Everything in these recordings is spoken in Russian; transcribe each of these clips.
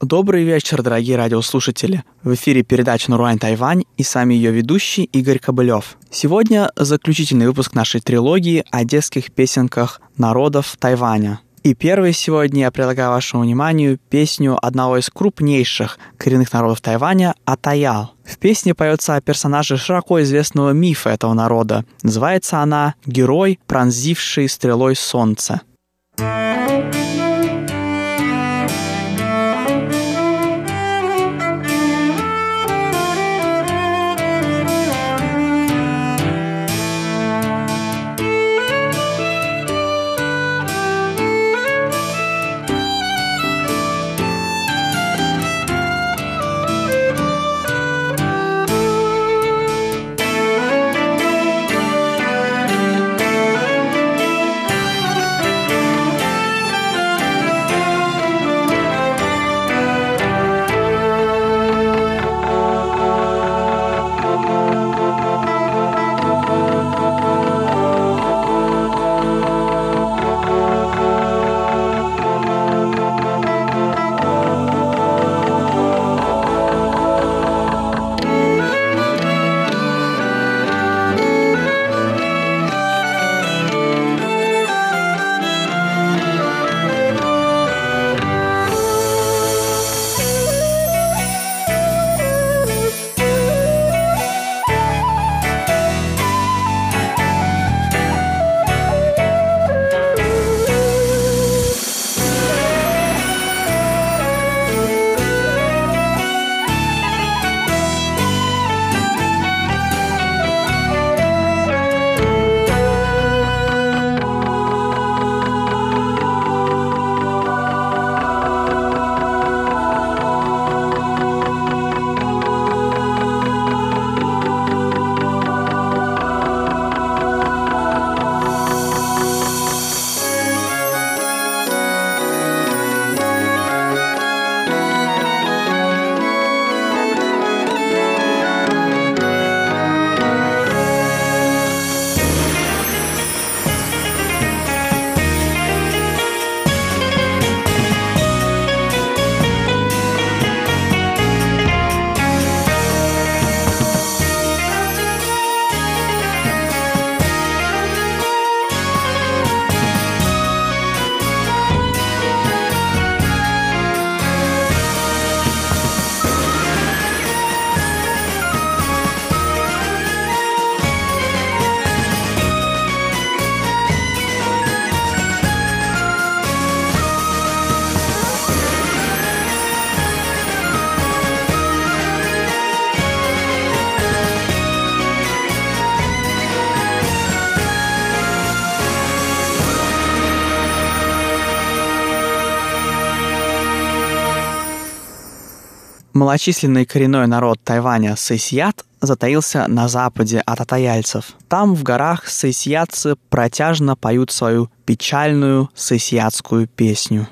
Добрый вечер, дорогие радиослушатели. В эфире передача «Наруань Тайвань» и с вами ее ведущий Игорь Кобылев. Сегодня заключительный выпуск нашей трилогии о детских песенках народов Тайваня. И первой сегодня я предлагаю вашему вниманию песню одного из крупнейших коренных народов Тайваня «Атаял». В песне поется о персонаже широко известного мифа этого народа. Называется она «Герой, пронзивший стрелой солнце». Малочисленный коренной народ Тайваня сэйсият затаился на западе от атаяльцев. Там, в горах, сэйсиятцы протяжно поют свою печальную сэйсиятскую песню.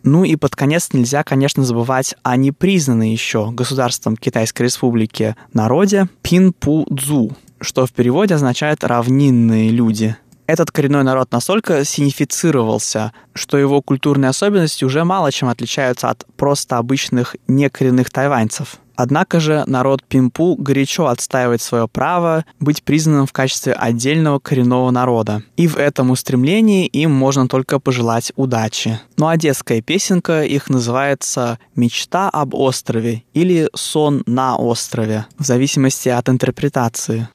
Ну и под конец нельзя, конечно, забывать о непризнанной еще государством Китайской Республики народе Пинпу-дзу, что в переводе означает «равнинные люди». Этот коренной народ настолько синифицировался, что его культурные особенности уже мало чем отличаются от просто обычных некоренных тайваньцев. Однако же народ Пинпу горячо отстаивает свое право быть признанным в качестве отдельного коренного народа. И в этом устремлении им можно только пожелать удачи. Ну а детская песенка их называется «Мечта об острове» или «Сон на острове», в зависимости от интерпретации.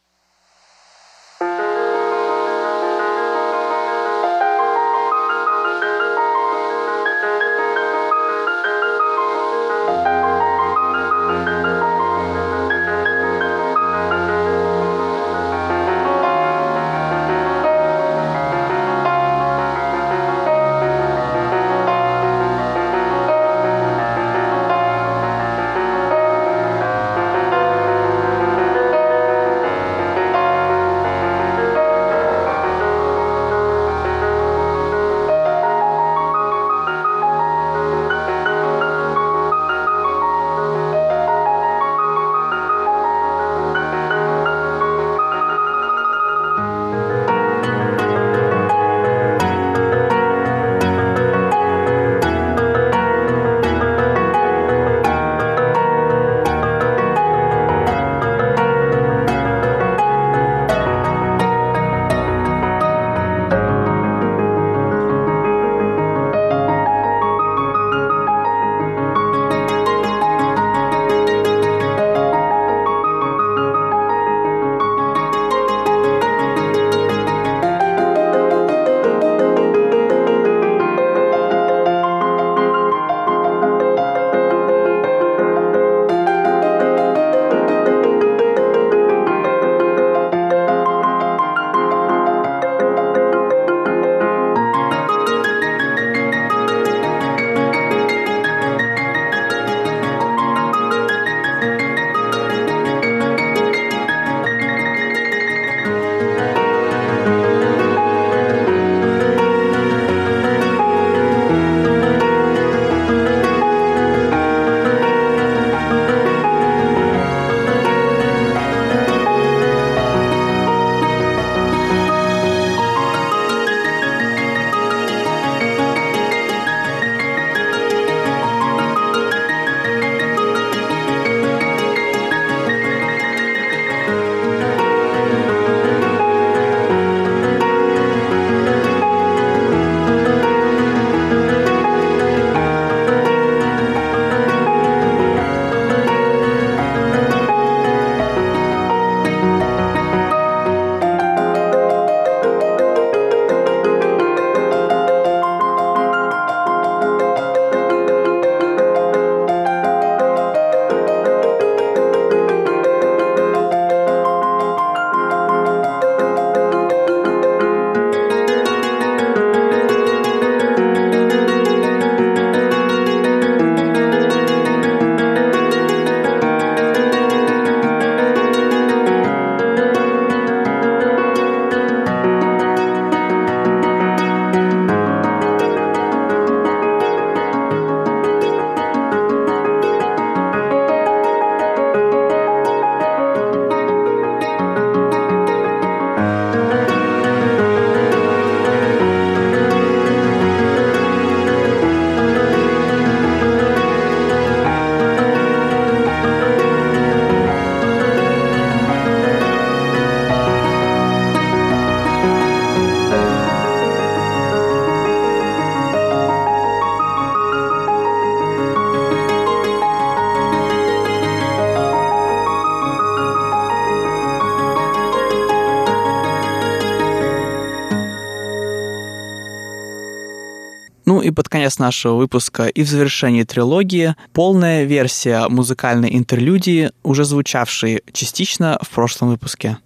Ну и под конец нашего выпуска и в завершении трилогии полная версия музыкальной интерлюдии, уже звучавшей частично в прошлом выпуске.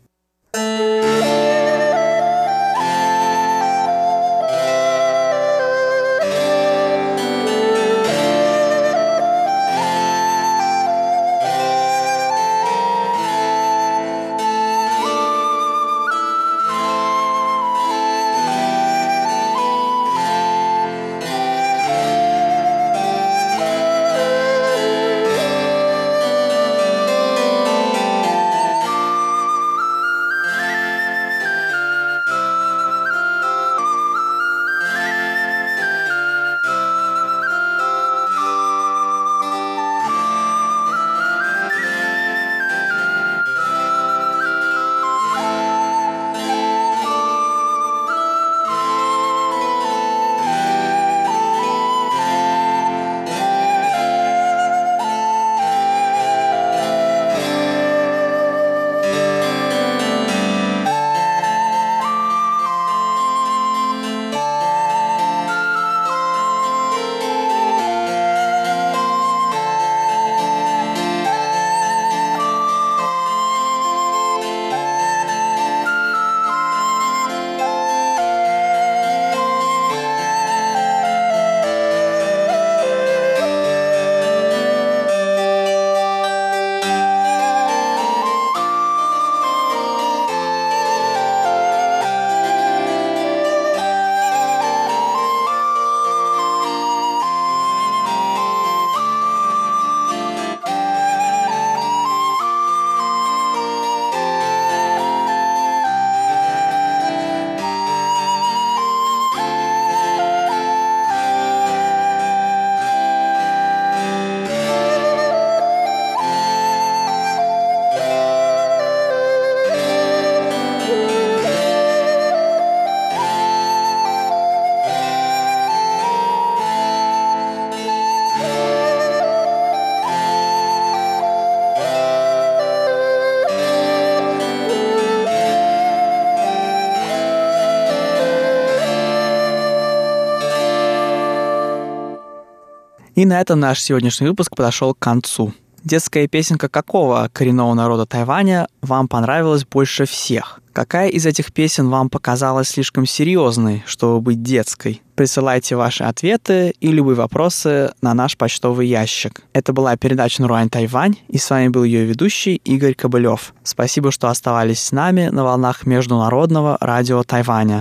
И на этом наш сегодняшний выпуск подошел к концу. Детская песенка какого коренного народа Тайваня вам понравилась больше всех? Какая из этих песен вам показалась слишком серьезной, чтобы быть детской? Присылайте ваши ответы и любые вопросы на наш почтовый ящик. Это была передача «Наруань Тайвань», и с вами был ее ведущий Игорь Кобылев. Спасибо, что оставались с нами на волнах Международного радио Тайваня.